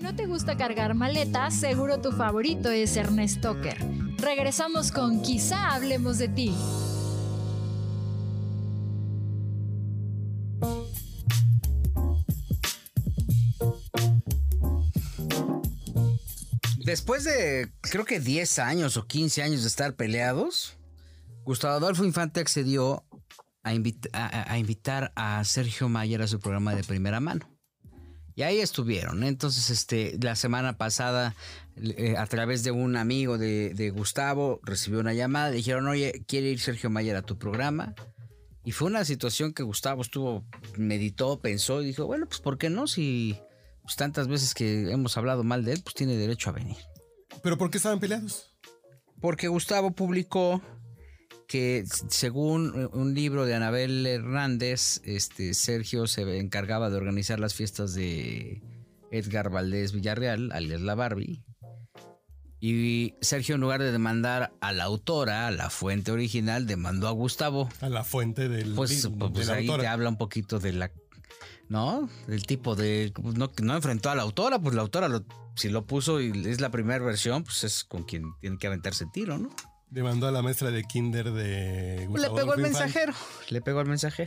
no te gusta cargar maletas, seguro tu favorito es Ernest Tucker. Regresamos con Quizá hablemos de ti. Después de, creo que 10 años o 15 años de estar peleados, Gustavo Adolfo Infante accedió a invitar a Sergio Mayer a su programa de Primera Mano. Y ahí estuvieron. Entonces, la semana pasada, a través de un amigo de Gustavo, recibió una llamada. Le dijeron, oye, ¿quiere ir Sergio Mayer a tu programa? Y fue una situación que Gustavo meditó, pensó y dijo, bueno, pues ¿por qué no? Si pues, tantas veces que hemos hablado mal de él, pues tiene derecho a venir. ¿Pero por qué estaban peleados? Porque Gustavo publicó que según un libro de Anabel Hernández, Sergio se encargaba de organizar las fiestas de Edgar Valdés Villarreal, alias La Barbie. Y Sergio, en lugar de demandar a la autora, a la fuente original, demandó a Gustavo. A la fuente del pues ahí autora. Te habla un poquito de la... ¿No? Del tipo de... No enfrentó a la autora, pues la autora si lo puso y es la primera versión, pues es con quien tiene que aventarse el tiro, ¿no? Demandó a la maestra de kinder de Gustavo. Le pegó al mensajero. Le pegó al mensajero.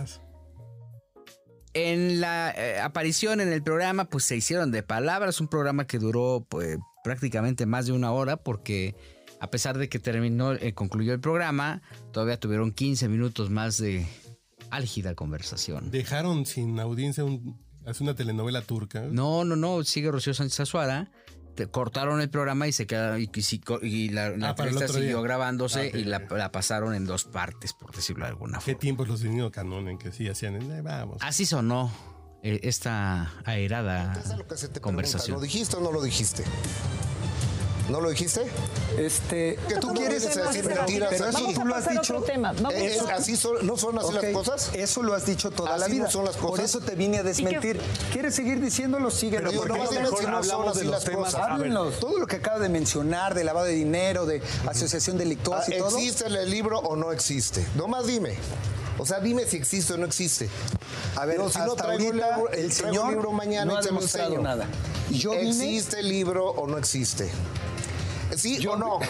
En la aparición en el programa, pues se hicieron de palabras. Un programa que duró pues, prácticamente más de una hora, porque a pesar de que concluyó el programa, todavía tuvieron 15 minutos más de álgida conversación. Dejaron sin audiencia hace una telenovela turca. No, sigue Rocío Sánchez Azuara. Cortaron el programa y se quedaron y la entrevista siguió grabándose y la pasaron en 2 partes, por decirlo de alguna forma. ¿Qué tiempos los tenido Canón en que sí hacían? Vamos. Así sonó esta airada conversación. ¿Lo dijiste o no lo dijiste? ¿No lo dijiste? Que tú quieres decir mentiras. Pero eso tú lo has dicho. ¿No son así las cosas? Eso lo has dicho toda la vida. No son las cosas. Por eso te vine a desmentir. ¿Quieres seguir diciéndolo? Síguelo. Pero porque mejor hablamos de los temas. Háblenos. Todo lo que acaba de mencionar, de lavado de dinero, de asociación delictuosa y todo. ¿Existe el libro o no existe? Nomás dime. O sea, dime si existe o no existe. A ver, si no traigo el señor libro mañana no y ha te lo demostrado enseño. nada. ¿Existe el libro o no existe? ¿Sí o no?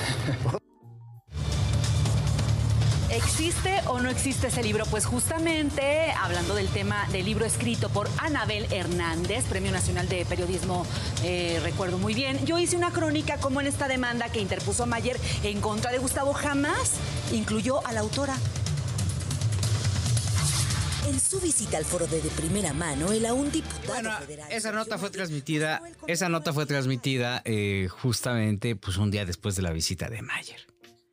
¿Existe o no existe ese libro? Pues justamente hablando del tema del libro escrito por Anabel Hernández, Premio Nacional de Periodismo, recuerdo muy bien. Yo hice una crónica como en esta demanda que interpuso Mayer en contra de Gustavo jamás incluyó a la autora. En su visita al foro de Primera Mano, el aún diputado federal... Esa nota fue transmitida justamente pues, un día después de la visita de Mayer.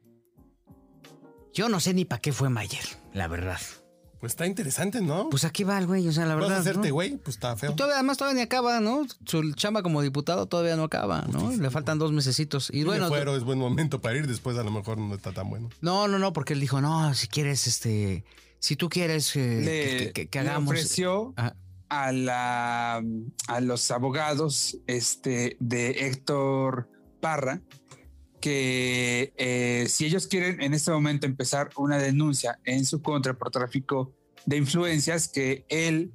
Yo no sé ni para qué fue Mayer, la verdad. Pues está interesante, ¿no? Pues aquí va el güey, o sea, la verdad. ¿Vas a hacerte ¿no? güey? Pues está feo. Además todavía ni acaba, ¿no? Su chamba como diputado todavía no acaba, ¿no? Le faltan 2 mesecitos. Y bueno, es buen momento para ir, después a lo mejor no está tan bueno. No, porque él dijo, no, si quieres, si tú quieres que hagamos... Le ofreció a los abogados de Héctor Parra que si ellos quieren en este momento empezar una denuncia en su contra por tráfico de influencias, que él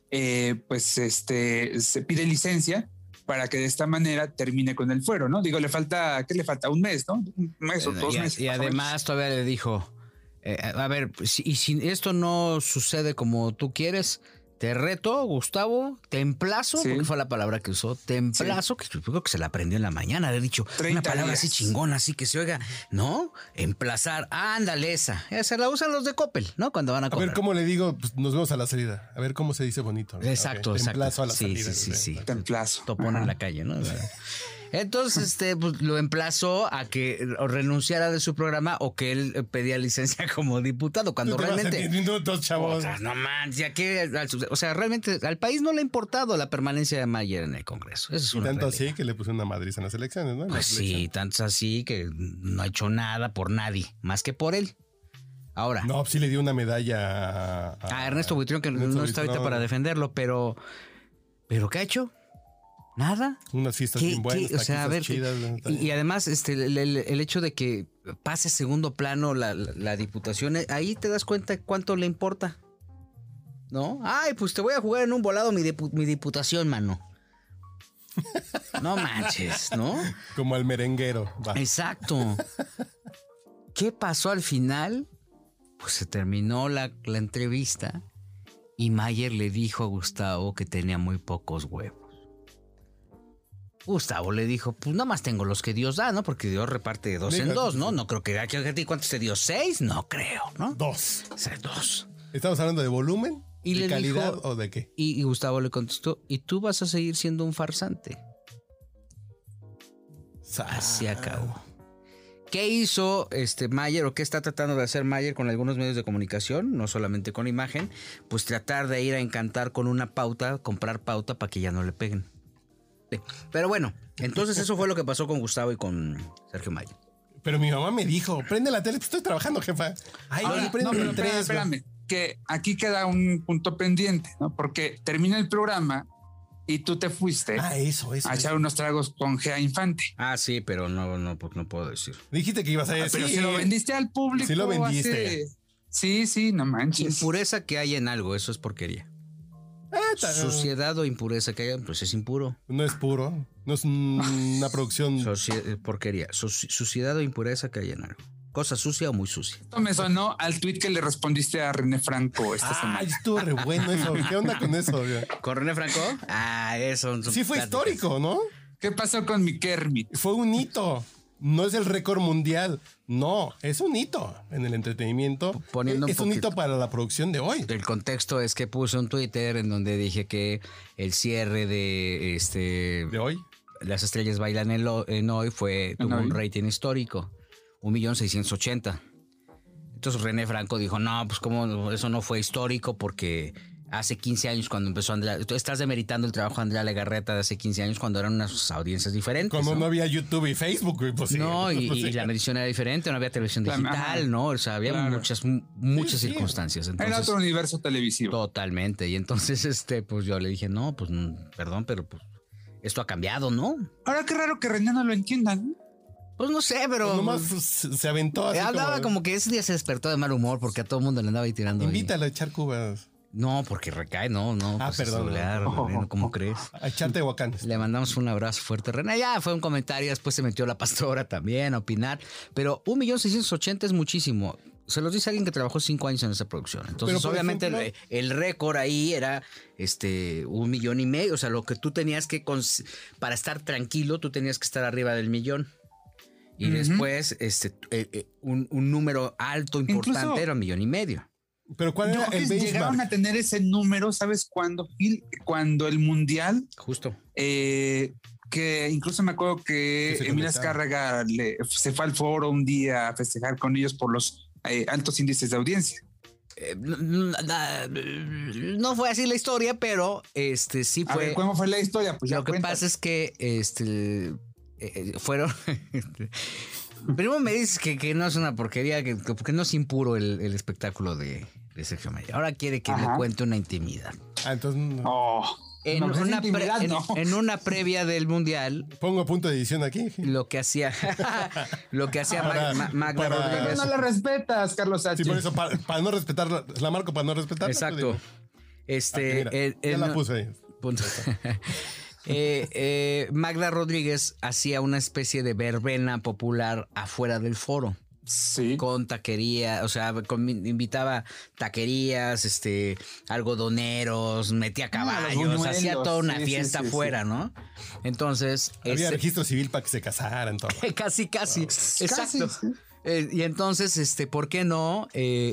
se pide licencia para que de esta manera termine con el fuero, ¿no? Digo, ¿qué le falta? Un mes, ¿no? Un mes o 2 meses. Y además todavía le dijo, a ver, si esto no sucede como tú quieres, te reto, Gustavo, te emplazo, porque fue la palabra que usó, te emplazo, que yo creo que se la aprendió en la mañana, haber dicho una palabra así chingona, así que se oiga, ¿no? Emplazar, ándale esa la usan los de Coppel, ¿no? Cuando van a cobrar. A ver, ¿cómo le digo? Pues nos vemos a la salida, a ver cómo se dice bonito, ¿no? Exacto. Te emplazo a la salida. Sí. Te emplazo. Topón en la calle, ¿no? Entonces, pues, lo emplazó a que renunciara de su programa o que él pedía licencia como diputado, cuando realmente... 10 minutos, chavos. No manches, ya que... O sea, realmente al país no le ha importado la permanencia de Mayer en el Congreso. Eso es una tanto realidad. Así que le puso una madriza en las elecciones, ¿no? Pues sí, tanto es así que no ha hecho nada por nadie, más que por él. Ahora... No, sí le dio una medalla a Ernesto Buitrón, que no está ahorita para defenderlo, pero ¿qué ha hecho? Nada. Unas fiestas bien buenas, o sea, a ver, chidas. Y además el hecho de que pase a segundo plano la diputación, ahí te das cuenta cuánto le importa, ¿no? Ay, pues te voy a jugar en un volado mi diputación, mano. No manches, ¿no? Como al merenguero. Va. Exacto. ¿Qué pasó al final? Pues se terminó la entrevista y Mayer le dijo a Gustavo que tenía muy pocos huevos. Gustavo le dijo, pues nada más tengo los que Dios da, ¿no? Porque Dios reparte de dos en dos, ¿no? No creo que... ¿Cuántos te dio? ¿6? No creo, ¿no? 2. O sea, 2. ¿Estamos hablando de volumen? Y ¿De le calidad dijo, o de qué? Y Gustavo le contestó, ¿y tú vas a seguir siendo un farsante? Así acabó. ¿Qué hizo Mayer o qué está tratando de hacer Mayer con algunos medios de comunicación, no solamente con imagen? Pues tratar de ir a encantar con una pauta, comprar pauta para que ya no le peguen. Sí. Pero bueno, entonces eso fue lo que pasó con Gustavo y con Sergio Mayer. Pero mi mamá me dijo, prende la tele, pues estoy trabajando, jefa. Ay, Ahora, prende pero el 3. espérame, que aquí queda un punto pendiente, ¿no? Porque termina el programa y tú te fuiste a echar unos tragos con Gea Infante. Ah, sí, pero no puedo decir. Dijiste que ibas a decir. Pero si lo vendiste al público. Sí lo vendiste. Sí, no manches. Impureza que hay en algo, eso es porquería. Suciedad o impureza que haya, pues es impuro. No es puro, no es una producción. Porquería. Suciedad o impureza que haya en algo. Cosa sucia o muy sucia. Esto me sonó al tuit que le respondiste a René Franco esta semana. Estuvo re bueno eso. ¿Qué onda con eso? ¿Con René Franco? Eso. Sí fue histórico, ¿no? ¿Qué pasó con mi Kermit? Fue un hito. No es el récord mundial. No, es un hito en el entretenimiento. Es un hito para la producción de hoy. El contexto es que puse un Twitter en donde dije que el cierre de ¿De hoy? Las estrellas bailan en hoy tuvo un rating histórico. 1,680,000. Entonces René Franco dijo, no, pues como eso no fue histórico porque hace 15 años cuando empezó Andrea, tú estás demeritando el trabajo de Andrea Legarreta de hace 15 años cuando eran unas audiencias diferentes. Cuando no había YouTube y Facebook. Pues sí, no, y la medición era diferente, no había televisión digital, ¿no? O sea, había muchas circunstancias. Entonces, era otro universo televisivo. Totalmente. Y entonces, pues yo le dije, no, pues perdón, pero pues esto ha cambiado, ¿no? Ahora qué raro que René no lo entienda, ¿no? Pues no sé, pero... Pues nomás se aventó así andaba como que ese día se despertó de mal humor porque a todo el mundo le andaba ahí tirando. Invítalo a echar cubas. No, porque recae, no. Pues perdón. René, ¿cómo crees? A echarte huacanes. Le mandamos un abrazo fuerte, René. Ya fue un comentario, después se metió la pastora también a opinar. Pero 1,680,000 es muchísimo. Se los dice alguien que trabajó 5 años en esa producción. Entonces, pero obviamente, ejemplo, el récord ahí era 1,5 millones. O sea, lo que tú tenías que... Para estar tranquilo, tú tenías que estar arriba del 1,000,000. Y después, un número alto, importante, incluso, era 1,5 millones. Pero ¿cuál era el benchmark? Llegaron a tener ese número, ¿sabes cuándo? Cuando el Mundial... Justo. Que incluso me acuerdo que Emilio Azcárraga se fue al foro un día a festejar con ellos por los altos índices de audiencia. No fue así la historia, pero sí fue... A ver, ¿cómo fue la historia? Pues lo que pasa es que fueron... Primero me dices que no es una porquería, que no es impuro el espectáculo de Sergio Mayer. Ahora quiere que le cuente una intimidad. Entonces... En una previa del Mundial... Pongo punto de edición aquí. Lo que hacía Magda Rodríguez. No la respetas, Carlos H. Sí, por eso, para no respetarla, la marco para no respetarla. Exacto. Mira, ya la puse ahí. Punto. Magda Rodríguez hacía una especie de verbena popular afuera del foro. Sí. Con taquería, o sea, invitaba taquerías, algodoneros, metía caballos, hacía toda una fiesta afuera, ¿no? Entonces... Había registro civil para que se casaran, todo. Casi. Exacto. Sí. Y entonces, ¿por qué no?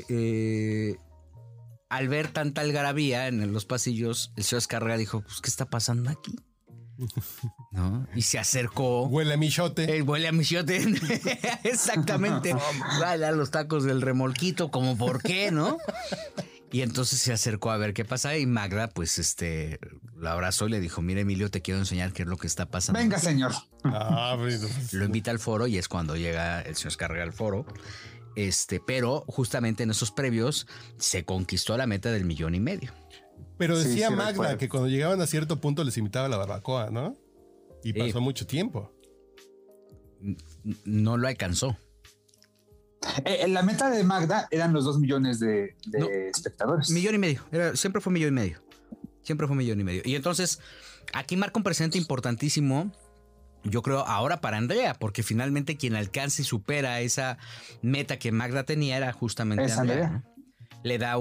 Al ver tanta algarabía en los pasillos, el señor Azcárraga dijo, pues, ¿qué está pasando aquí? ¿No? Y se acercó. Huele a michote. Huele a michote. Exactamente. Va a dar los tacos del remolquito, como por qué, ¿no? Y entonces se acercó a ver qué pasa. Y Magda, pues, la abrazó y le dijo, mira, Emilio, te quiero enseñar qué es lo que está pasando. Venga, señor. Lo invita al foro y es cuando llega el señor Azcárraga al foro. Pero justamente en esos previos se conquistó la meta del 1,5 millones. Pero decía Magda que cuando llegaban a cierto punto les invitaba a la barbacoa, ¿no? Y pasó mucho tiempo. No lo alcanzó. La meta de Magda eran los 2 millones de espectadores. 1,5 millones. Siempre fue 1,5 millones. Siempre fue 1.5 millones. Y entonces, aquí marca un precedente importantísimo, yo creo, ahora para Andrea, porque finalmente quien alcanza y supera esa meta que Magda tenía era justamente Andrea. ¿No? Le da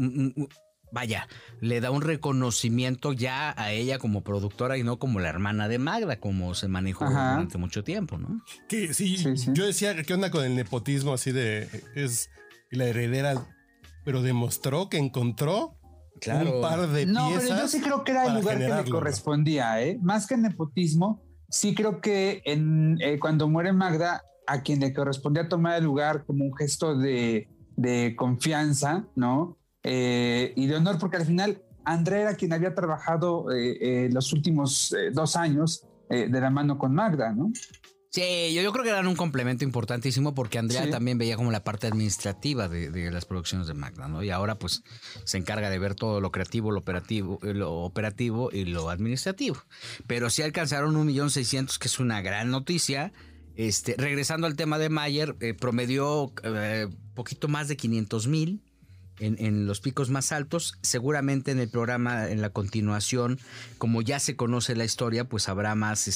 le da un reconocimiento ya a ella como productora y no como la hermana de Magda, como se manejó durante mucho tiempo, ¿no? Que sí, yo decía, ¿qué onda con el nepotismo así de es la heredera? Pero demostró que encontró un par de piezas. No, pero yo sí creo que era el lugar que le correspondía, ¿eh? Más que nepotismo, sí creo que cuando muere Magda, a quien le correspondía tomar el lugar como un gesto de confianza, ¿no? Y de honor, porque al final Andrea era quien había trabajado los últimos 2 años de la mano con Magda, ¿no? Sí, yo creo que eran un complemento importantísimo porque Andrea también veía como la parte administrativa de las producciones de Magda, ¿no? Y ahora pues se encarga de ver todo lo creativo, lo operativo y lo administrativo. Pero sí alcanzaron 1.600.000, que es una gran noticia. Regresando al tema de Mayer, promedió poquito más de 500,000 en los picos más altos. Seguramente en el programa, en la continuación, como ya se conoce la historia, pues habrá más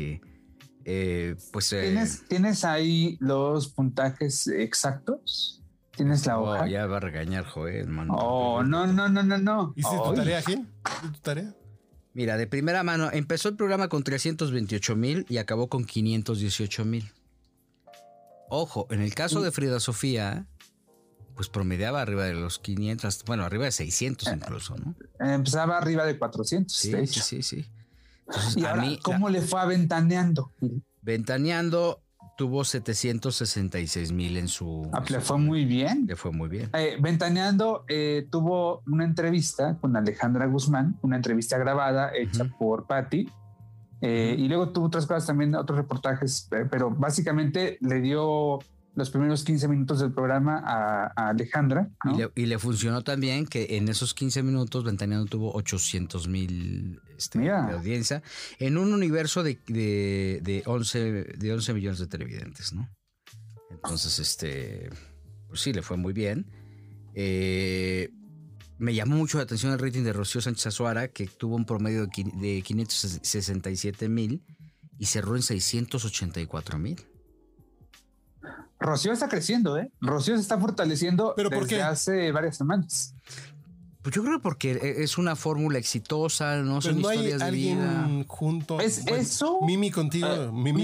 ¿Tienes ahí los puntajes exactos? ¿Tienes la hoja? Ya va a regañar Joel, mano. Oh, no. ¿Hiciste tu tarea, Gil? ¿Tu tarea? Mira, de primera mano, empezó el programa con 328,000 y acabó con 518,000. Ojo, en el caso de Frida Sofía, pues promediaba arriba de los 500, bueno, arriba de 600 incluso, ¿no? Empezaba arriba de 400. Sí. Entonces, y ahora, ¿cómo le fue a Ventaneando? Ventaneando tuvo 766,000 en su... le fue muy bien. Le fue muy bien. Ventaneando tuvo una entrevista con Alejandra Guzmán, una entrevista grabada hecha por Patty, y luego tuvo otras cosas también, otros reportajes, pero básicamente le dio los primeros 15 minutos del programa a Alejandra, ¿no? Y le funcionó también que en esos 15 minutos Ventaneando tuvo 800,000 de audiencia en un universo de 11 millones de televidentes, ¿no? Entonces, pues sí, le fue muy bien. Me llamó mucho la atención el rating de Rocío Sánchez Azuara, que tuvo un promedio de 567,000 y cerró en 684,000. Rocío está creciendo, ¿eh? Rocío se está fortaleciendo desde hace varias semanas. Pues yo creo porque es una fórmula exitosa, no son historias de vida. Junto. Es eso. Mimi contigo. Mimi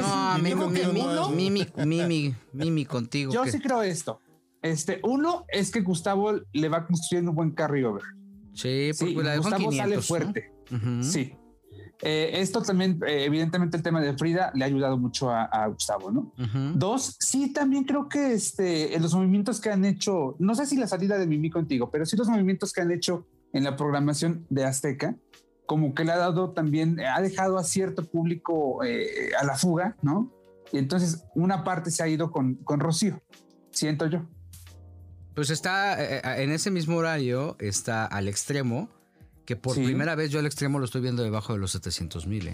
contigo. Yo sí creo esto. Uno es que Gustavo le va construyendo un buen carryover. Sí, porque la dejó Gustavo 500, sale fuerte. ¿no? Sí. Esto también, evidentemente, el tema de Frida le ha ayudado mucho a Gustavo, ¿no? 2, sí, también creo que en los movimientos que han hecho, no sé si la salida de Mimi contigo, pero sí los movimientos que han hecho en la programación de Azteca, como que le ha dado también, ha dejado a cierto público a la fuga, ¿no? Y entonces una parte se ha ido con Rocío, siento yo. Pues está en ese mismo horario, está Al Extremo, que por primera vez yo Al Extremo lo estoy viendo debajo de los 700,000,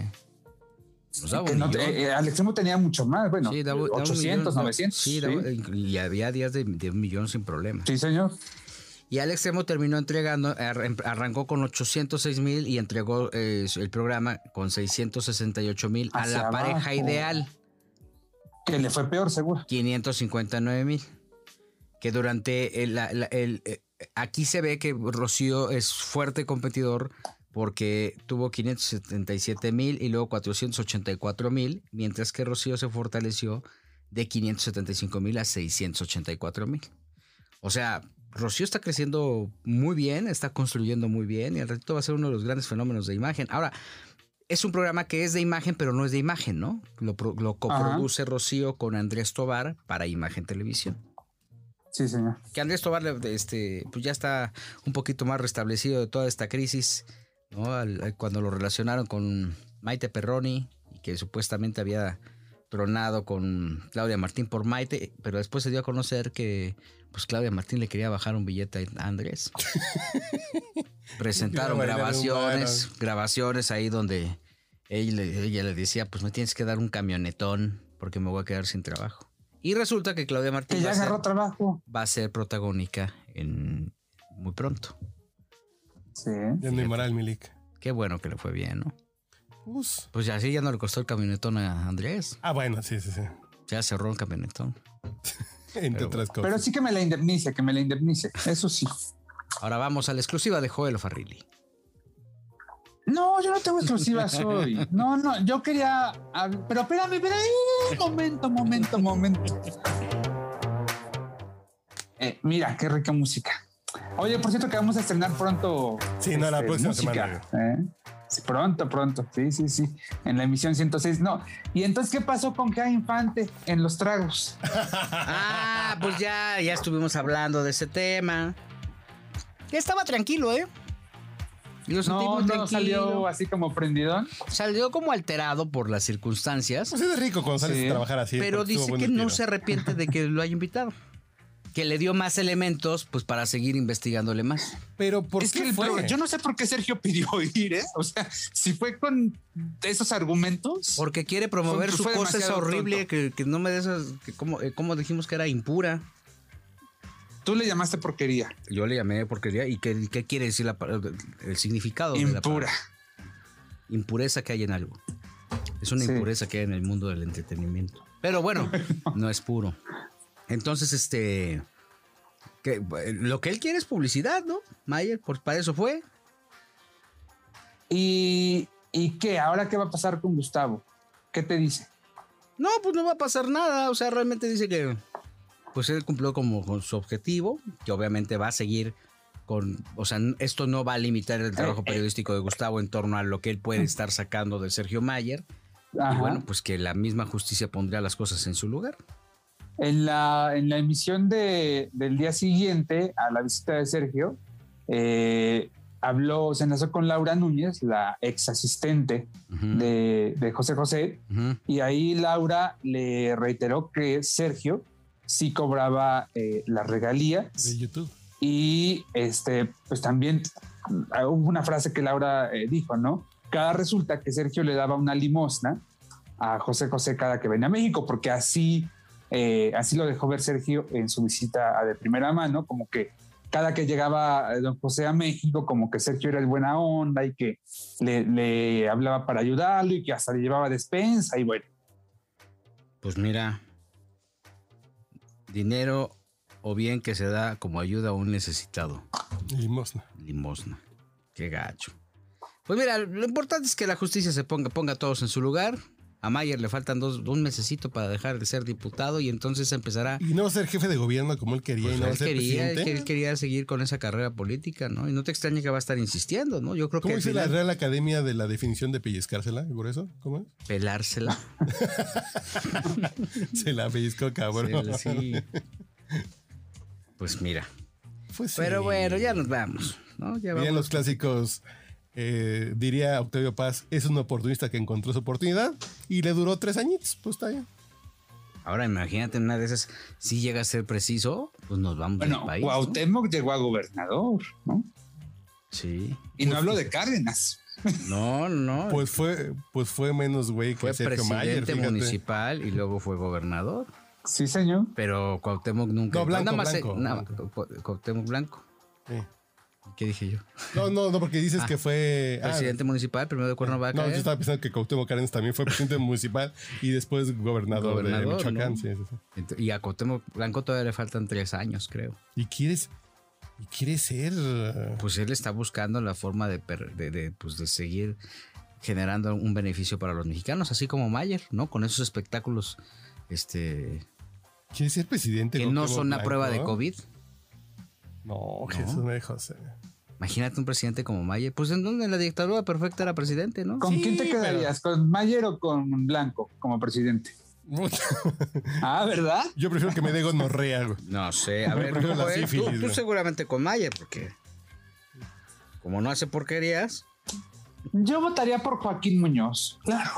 Al Extremo tenía mucho más, bueno, sí, 800, 900. Sí, y había días de 1,000,000 sin problema. Sí, señor. Y Al Extremo terminó entregando, arrancó con 806,000 y entregó el programa con 668,000 a la pareja ideal. Que le fue peor, seguro. 559,000. Que durante aquí se ve que Rocío es fuerte competidor porque tuvo 577,000 y luego 484,000, mientras que Rocío se fortaleció de 575,000 a 684,000. O sea, Rocío está creciendo muy bien, está construyendo muy bien y al ratito va a ser uno de los grandes fenómenos de imagen. Ahora, es un programa que es de imagen, pero no es de imagen, ¿no? Lo coproduce Rocío con Andrés Tobar para Imagen Televisión. Sí, señor. Que Andrés Tobar pues ya está un poquito más restablecido de toda esta crisis, ¿no? Cuando lo relacionaron con Maite Perroni y que supuestamente había tronado con Claudia Martín por Maite, pero después se dio a conocer que pues Claudia Martín le quería bajar un billete a Andrés. Presentaron grabaciones ahí donde ella le decía, pues me tienes que dar un camionetón porque me voy a quedar sin trabajo. Y resulta que Claudia Martín trabajo. Va a ser protagónica muy pronto. Sí. Ya no hay moral, Milik. Qué bueno que le fue bien, ¿no? Pues ya así ya no le costó el camionetón a Andrés. Bueno, sí. Ya cerró el camionetón. Entre otras cosas. Pero sí que me la indemnice, Eso sí. Ahora vamos a la exclusiva de Joel Farrilli. No, yo no tengo exclusivas hoy. No, yo quería... Pero espérame. Momento. Mira, qué rica música. Oye, por cierto que vamos a estrenar pronto. Sí, la próxima música, semana. Sí, pronto. Sí. En la emisión 106. No. ¿Y entonces qué pasó con K Infante en los tragos? Pues ya estuvimos hablando de ese tema. Estaba tranquilo, ¿eh? Lo sentí muy tranquilo. Salió así como prendidón. Salió como alterado por las circunstancias. Pues es rico cuando sales a trabajar así. Pero dice que no se arrepiente de que lo haya invitado. Que le dio más elementos pues para seguir investigándole más. Pero ¿por qué fue? Yo no sé por qué Sergio pidió ir, ¿eh? O sea, si fue con esos argumentos. Porque quiere promover su cosa esa horrible que no me de esas, que como dijimos que era impura. Tú le llamaste porquería. Yo le llamé porquería. ¿Y qué quiere decir el significado? Impura. De impureza que hay en algo. Es una impureza que hay en el mundo del entretenimiento. Pero bueno, no es puro. Entonces, lo que él quiere es publicidad, ¿no? Mayer, pues para eso fue. ¿Y qué? ¿Ahora qué va a pasar con Gustavo? ¿Qué te dice? No, pues no va a pasar nada. O sea, realmente dice que pues él cumplió con su objetivo, que obviamente va a seguir con... O sea, esto no va a limitar el trabajo periodístico de Gustavo en torno a lo que él puede estar sacando de Sergio Mayer. Ajá. Y bueno, pues que la misma justicia pondría las cosas en su lugar. En la emisión del día siguiente a la visita de Sergio, se enlazó con Laura Núñez, la ex asistente de José José, y ahí Laura le reiteró que Sergio sí cobraba las regalías de YouTube. Y pues también hubo una frase que Laura dijo, ¿no? Resulta que Sergio le daba una limosna a José José cada que venía a México, porque así lo dejó ver Sergio en su visita de primera mano, como que cada que llegaba don José a México, como que Sergio era el buena onda y que le hablaba para ayudarlo y que hasta le llevaba despensa y bueno. Pues mira, dinero o bien que se da como ayuda a un necesitado. Limosna. Qué gacho. Pues mira, lo importante es que la justicia se ponga a todos en su lugar. A Mayer le faltan un mesecito para dejar de ser diputado y entonces empezará... Y no ser jefe de gobierno como él quería, pues y no ser presidente. Él quería seguir con esa carrera política, ¿no? Y no te extrañe que va a estar insistiendo, ¿no? Yo creo ¿Cómo que dice la Real Academia de la definición de pellizcársela? ¿Por eso? ¿Cómo es? Pelársela. Se la pellizcó, cabrón. Sí. Pues mira. Pues sí. Pero bueno, ya nos vamos, ¿no? Ya vamos. Bien, los clásicos... diría Octavio Paz, es un oportunista que encontró su oportunidad y le duró 3 añitos, pues está bien. Ahora imagínate, una de esas, si llega a ser preciso, pues nos vamos del país. Cuauhtémoc, ¿no? Llegó a gobernador, ¿no? Sí. Y no hablo de Cárdenas. No. Pues fue menos güey que Sergio Mayer. Fue presidente municipal y luego fue gobernador. Sí, señor. Pero Cuauhtémoc nunca. No, Blanco. Cuauhtémoc Blanco. Sí. ¿Qué dije yo? No, porque dices que fue... Presidente municipal, primero de Cuernavaca. No, yo estaba pensando que Cuauhtémoc Cárdenas también fue presidente municipal y después gobernador de Michoacán. ¿No? Sí. Y a Cuauhtémoc Blanco todavía le faltan 3 años, creo. ¿Y quiere ser? Pues él está buscando la forma de seguir generando un beneficio para los mexicanos, así como Mayer, ¿no? Con esos espectáculos, ¿Quiere ser presidente? Que no son una prueba de COVID. No, Jesús me José. Imagínate un presidente como Mayer. Pues en donde la dictadura perfecta era presidente, ¿no? ¿Con quién te quedarías? ¿Con Mayer o con Blanco como presidente? ¿Verdad? Yo prefiero que me dé gonorrea. No sé, a ver, tú seguramente con Mayer, porque como no hace porquerías. Yo votaría por Joaquín Muñoz. Claro.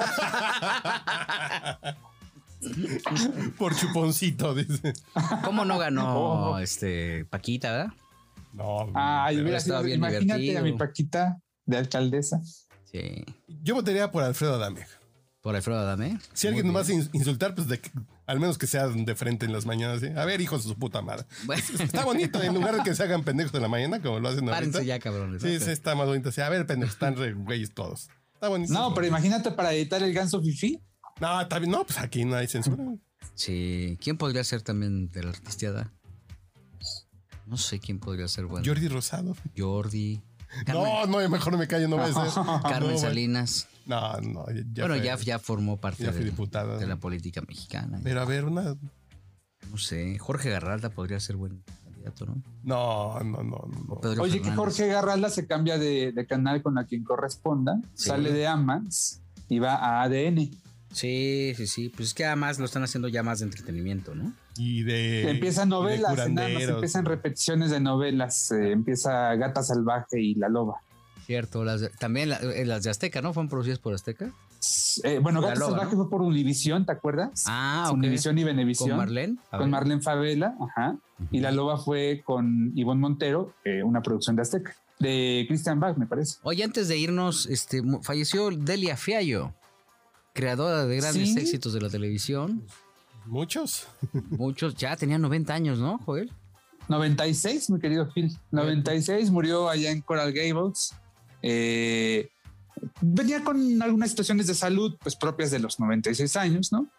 Por chuponcito, dice. ¿Cómo no ganó Paquita, verdad? No. Imagínate divertido. a mi Paquita de alcaldesa. Sí. Yo votaría por Alfredo Adame. Por Alfredo Adame. Si alguien nomás insultar, pues al menos que sea de frente en las mañanas. ¿Sí? A ver, hijos de su puta madre. Bueno. Está bonito, en lugar de que se hagan pendejos en la mañana, como lo hacen ahorita. Párense ya, cabrones. Sí, sí, está más bonito. A ver, pendejos, están re güeyes todos. Está bonito. No, pero imagínate para editar el ganso fifí. No, está bien. No, pues aquí no hay censura. Sí. ¿Quién podría ser también de la artisteada? No sé quién podría ser bueno. Jordi Rosado. Jordi. Carmen. No, mejor me callo, no va a ser. Carmen Salinas. No, Ya formó parte de la política mexicana. Pero a ver, no sé, Jorge Garralda podría ser buen candidato, ¿no? No. Pedro Oye, Fernández. Que Jorge Garralda se cambia de canal con a quien corresponda, sí. Sale de AMAX y va a ADN. Sí. Pues es que además lo están haciendo ya más de entretenimiento, ¿no? Y empiezan novelas, nada más empiezan repeticiones de novelas, empieza Gata Salvaje y La Loba. Cierto, también las de Azteca, ¿no? ¿Fueron producidas por Azteca? Bueno, Gata Salvaje fue por Univisión, ¿te acuerdas? Ok. Univisión y Venevisión. ¿Con Marlene? Con Marlene Favela, ajá. Uh-huh. Y La Loba fue con Ivonne Montero, una producción de Azteca, de Christian Bach, me parece. Oye, antes de irnos, falleció Delia Fiallo, creadora de grandes éxitos de la televisión. Muchos, ya tenía 90 años, ¿no, Joel? 96, mi querido Phil. 96, murió allá en Coral Gables. Venía con algunas situaciones de salud pues propias de los 96 años, ¿no?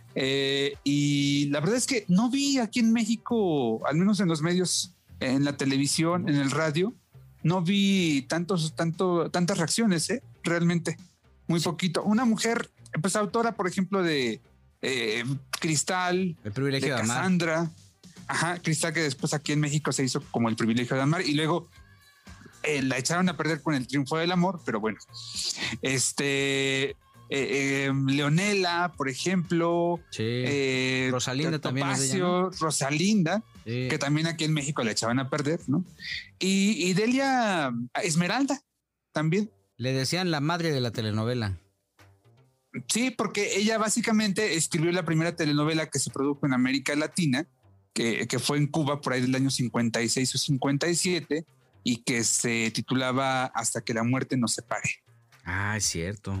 Y la verdad es que no vi aquí en México, al menos en los medios, en la televisión, en el radio, no vi tantas reacciones, realmente, muy poquito. Una mujer, pues autora, por ejemplo, de Cristal, El privilegio de amar. Cassandra, Cristal, que después aquí en México se hizo como El privilegio de amar, y luego la echaron a perder con El triunfo del amor, pero bueno. Leonela, por ejemplo. Sí. Rosalinda también es de ella, ¿no? Rosalinda, sí. Que también aquí en México la echaban a perder, ¿no? Y Delia Esmeralda también. Le decían la madre de la telenovela. Sí, porque ella básicamente escribió la primera telenovela que se produjo en América Latina, que fue en Cuba por ahí del año 56 o 57, y que se titulaba Hasta que la muerte nos separe. Es cierto.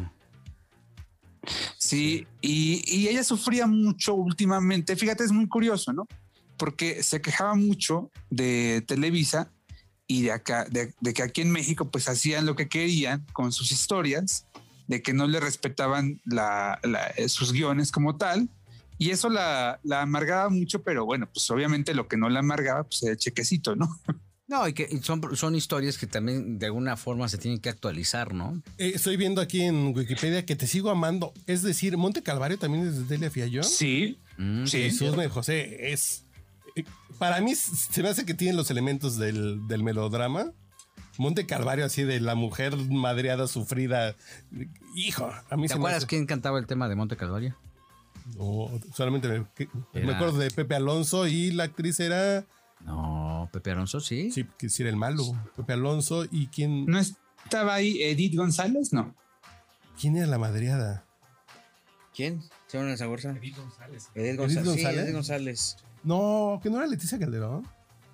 Sí, y ella sufría mucho últimamente. Fíjate, es muy curioso, ¿no? Porque se quejaba mucho de Televisa y de que aquí en México pues hacían lo que querían con sus historias, de que no le respetaban sus guiones como tal, y eso la amargaba mucho, pero bueno, pues obviamente lo que no la amargaba pues era el chequecito, ¿no? No, y que son historias que también de alguna forma se tienen que actualizar, ¿no? Estoy viendo aquí en Wikipedia que Te sigo amando, es decir, Monte Calvario también es de Delia Fiallo. Sí. Sí, Jesús de José es... Para mí se me hace que tienen los elementos del melodrama. Monte Calvario, así de la mujer madreada, sufrida. Hijo, a mí ¿Te acuerdas quién cantaba el tema de Monte Calvario? No, solamente me acuerdo de Pepe Alonso y la actriz era... No, Pepe Alonso, sí. Sí, que sí era el malo. Pepe Alonso y quién... ¿No estaba ahí Edith González? No. ¿Quién era la madreada? ¿Quién? ¿Se llama esa bolsa? Edith González. Edith González. Sí, Edith González. No, que no era Leticia Calderón.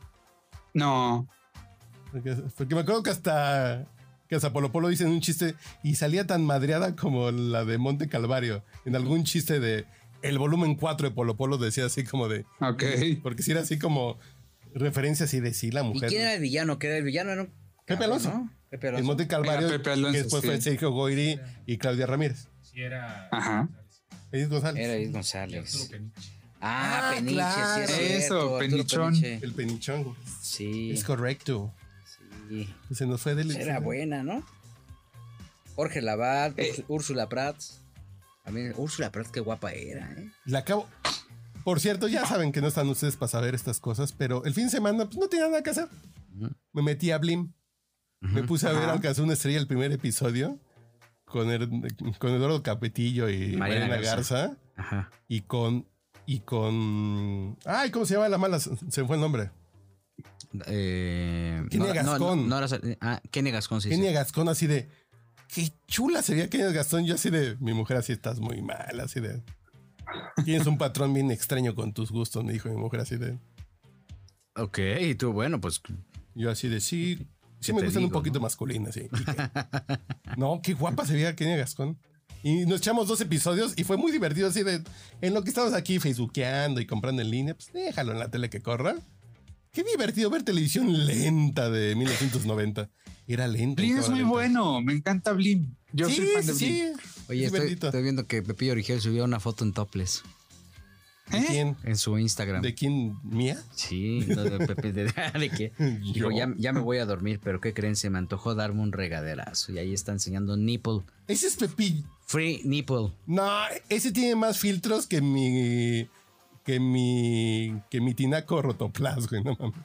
No. Porque me acuerdo que hasta Polo Polo dicen un chiste y salía tan madreada como la de Monte Calvario. En algún chiste de el volumen 4 de Polo Polo decía así como de... Ok. Porque sí era así como referencia así de sí, la mujer. ¿Y quién era el villano? ¿Qué era el villano? Era Pepe Alonso. ¿No? Pepe Alonso. En Monte Calvario, Pepe Alonso, que después fue Sergio Goyri y Claudia Ramírez. Sí, era... Ajá. Edith González. Era Edith González. Peniche. Peniche, claro. sí, es Eso, cierto, Penichón. Peniche. El Penichón. Sí. Es correcto. Sí. Se nos fue de Era buena, ¿no? Jorge Lavat, Úrsula Prats. También Úrsula Prats, qué guapa era, ¿eh? La acabo. Por cierto, ya saben que no están ustedes para saber estas cosas, pero el fin de semana pues no tenía nada que hacer. Me metí a Blim. Me puse a ver Alcanzó una estrella el primer episodio con Eduardo Capetillo y Mariana Garza. Ajá. Y con ay, ¿cómo se llama la mala? Se me fue el nombre. Kenia Gascón. Kenia Gascón, sí. Kenia Gascón, así de qué chula sería Kenia Gascón. Yo así de mi mujer, así estás muy mal, así de tienes un patrón bien extraño con tus gustos, me dijo mi mujer, así de ok, y tú, bueno, pues yo así de sí me gustan un poquito masculinas, sí. No, qué guapa se veía Kenia Gascón. Y nos echamos 2 episodios y fue muy divertido así de... En lo que estamos aquí facebookeando y comprando en línea, pues déjalo en la tele que corra. Qué divertido ver televisión lenta de 1990. Era lento. Blim es muy bueno. Me encanta Blim. Yo soy fan de Blim. Oye, estoy viendo que Pepillo Origel subió una foto en topless. ¿De quién? En su Instagram. ¿De quién? ¿Mía? Sí, no, de Pepe. ¿De qué? Digo, ya me voy a dormir, pero ¿qué creen? Se me antojó darme un regaderazo. Y ahí está enseñando nipple. Ese es Pepillo. Free nipple. No, ese tiene más filtros que mi tinaco rotoplas, güey, no mames.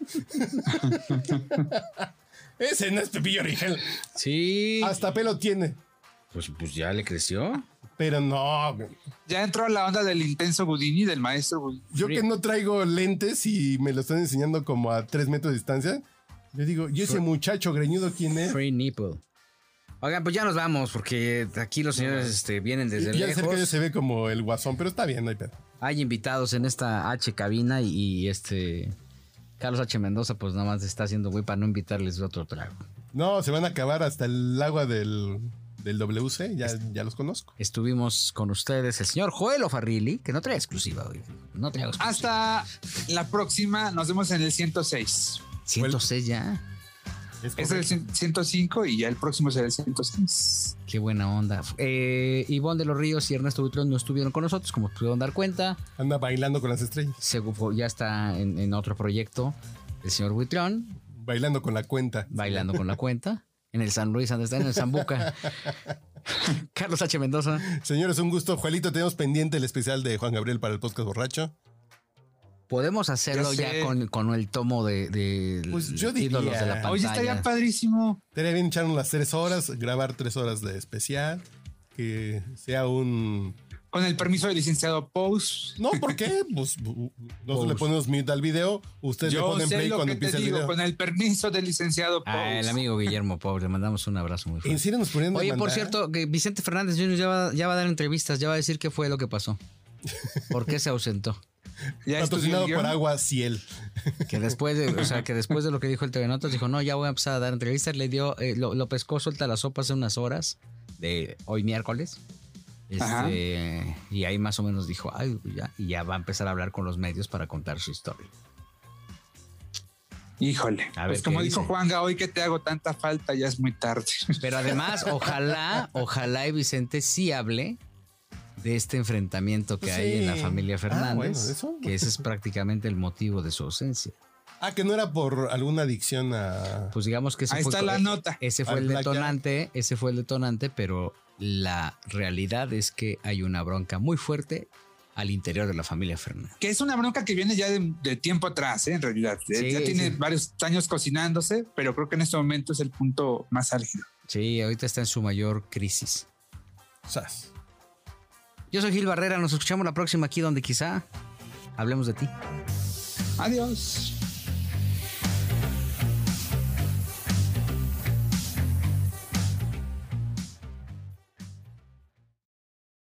Ese no es Pepillo Origel. Sí. Hasta pelo tiene. Pues ya le creció. Pero no, güey. Ya entró a la onda del intenso Houdini, del maestro Houdini. Yo que no traigo lentes y me lo están enseñando como a 3 metros de distancia. Yo digo, ¿y ese muchacho greñudo quién es? Free nipple. Oigan, pues ya nos vamos porque aquí los señores vienen desde y lejos. Ya se ve como el guasón, pero está bien, no hay pedo. Hay invitados en esta H cabina y Carlos H. Mendoza pues nada más está haciendo güey para no invitarles otro trago. No, se van a acabar hasta el agua del WC, ya los conozco. Estuvimos con ustedes el señor Joel O'Farrilli, que no trae exclusiva hoy. No trae exclusiva. Hasta la próxima, nos vemos en el 106. 106 ya. Es el 105 y ya el próximo será el 106. Qué buena onda. Ivonne de los Ríos y Ernesto Buitrón no estuvieron con nosotros, como pudieron dar cuenta. Anda bailando con las estrellas. Ya está en otro proyecto el señor Buitrón. Bailando con la cuenta. Bailando con la cuenta. En el San Luis, donde está en el Zambuca. Carlos H. Mendoza. Señores, un gusto. Juelito, tenemos pendiente el especial de Juan Gabriel para el podcast borracho. Podemos hacerlo ya con el tomo de pues yo diría, ídolos de la pantalla. Oye, estaría padrísimo. Estaría bien echar las 3 horas, grabar 3 horas de especial, que sea un... Con el permiso del licenciado Pous. No, ¿por qué? Pues nosotros le ponemos mute al video, ustedes le ponen play cuando empieza el video. Con el permiso del licenciado Pous. El amigo Guillermo Pous, le mandamos un abrazo muy fuerte. ¿En serio nos ponían a Oye, mandar? por cierto, que Vicente Fernández Jr. ya va a dar entrevistas, ya va a decir qué fue lo que pasó. ¿Por qué se ausentó? Patrocinado por Agua Ciel. Que después de lo que dijo el TV Notas, dijo, no, ya voy a empezar a dar entrevistas. Le dio, lo pescó suelta la sopa hace unas horas, de hoy miércoles. Y ahí más o menos dijo, ya va a empezar a hablar con los medios para contar su historia. Híjole, pues como dijo Juanga, hoy que te hago tanta falta, ya es muy tarde. Pero además, ojalá y Vicente sí hable de este enfrentamiento que hay en la familia Fernández, que ese es prácticamente el motivo de su ausencia. Que no era por alguna adicción a... Pues digamos que ahí está la nota. Ese fue el detonante, pero la realidad es que hay una bronca muy fuerte al interior de la familia Fernández. Que es una bronca que viene ya de tiempo atrás, en realidad. Ya tiene varios años cocinándose, pero creo que en este momento es el punto más álgido. Sí, ahorita está en su mayor crisis. ¡Sas! Yo soy Gil Barrera, nos escuchamos la próxima aquí donde quizá hablemos de ti. Adiós.